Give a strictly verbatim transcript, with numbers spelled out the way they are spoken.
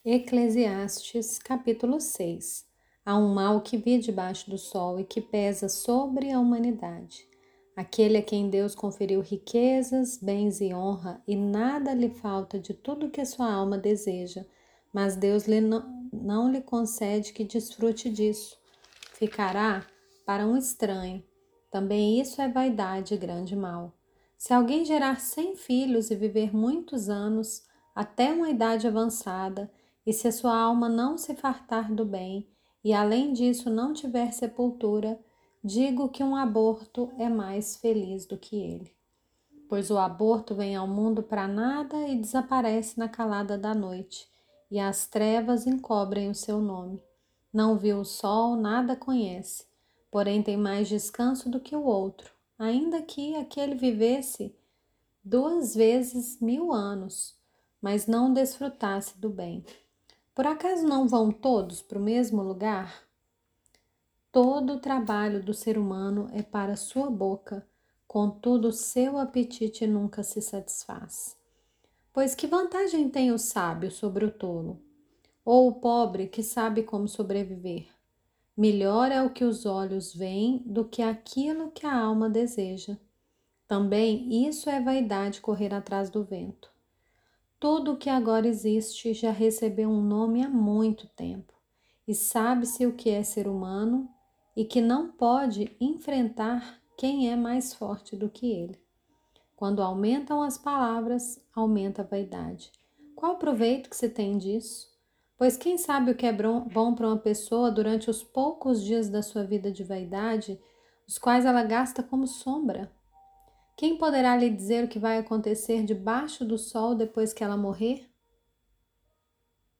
Eclesiastes, capítulo seis. Há um mal que vi debaixo do sol e que pesa sobre a humanidade. Aquele a quem Deus conferiu riquezas, bens e honra, e nada lhe falta de tudo que sua alma deseja, mas Deus lhe não, não lhe concede que desfrute disso. Ficará para um estranho. Também isso é vaidade e grande mal. Se alguém gerar cem filhos e viver muitos anos, até uma idade avançada, e se a sua alma não se fartar do bem, e além disso não tiver sepultura, digo que um aborto é mais feliz do que ele. Pois o aborto vem ao mundo para nada e desaparece na calada da noite, e as trevas encobrem o seu nome. Não viu o sol, nada conhece, porém tem mais descanso do que o outro, ainda que aquele vivesse duas vezes mil anos, mas não desfrutasse do bem. Por acaso não vão todos para o mesmo lugar? Todo o trabalho do ser humano é para sua boca, contudo seu apetite nunca se satisfaz. Pois que vantagem tem o sábio sobre o tolo? Ou o pobre que sabe como sobreviver? Melhor é o que os olhos veem do que aquilo que a alma deseja. Também isso é vaidade correr atrás do vento. Tudo o que agora existe já recebeu um nome há muito tempo, e sabe-se o que é ser humano e que não pode enfrentar quem é mais forte do que ele. Quando aumentam as palavras, aumenta a vaidade. Qual o proveito que se tem disso? Pois quem sabe o que é bom para uma pessoa durante os poucos dias da sua vida de vaidade, os quais ela gasta como sombra? Quem poderá lhe dizer o que vai acontecer debaixo do sol depois que ela morrer?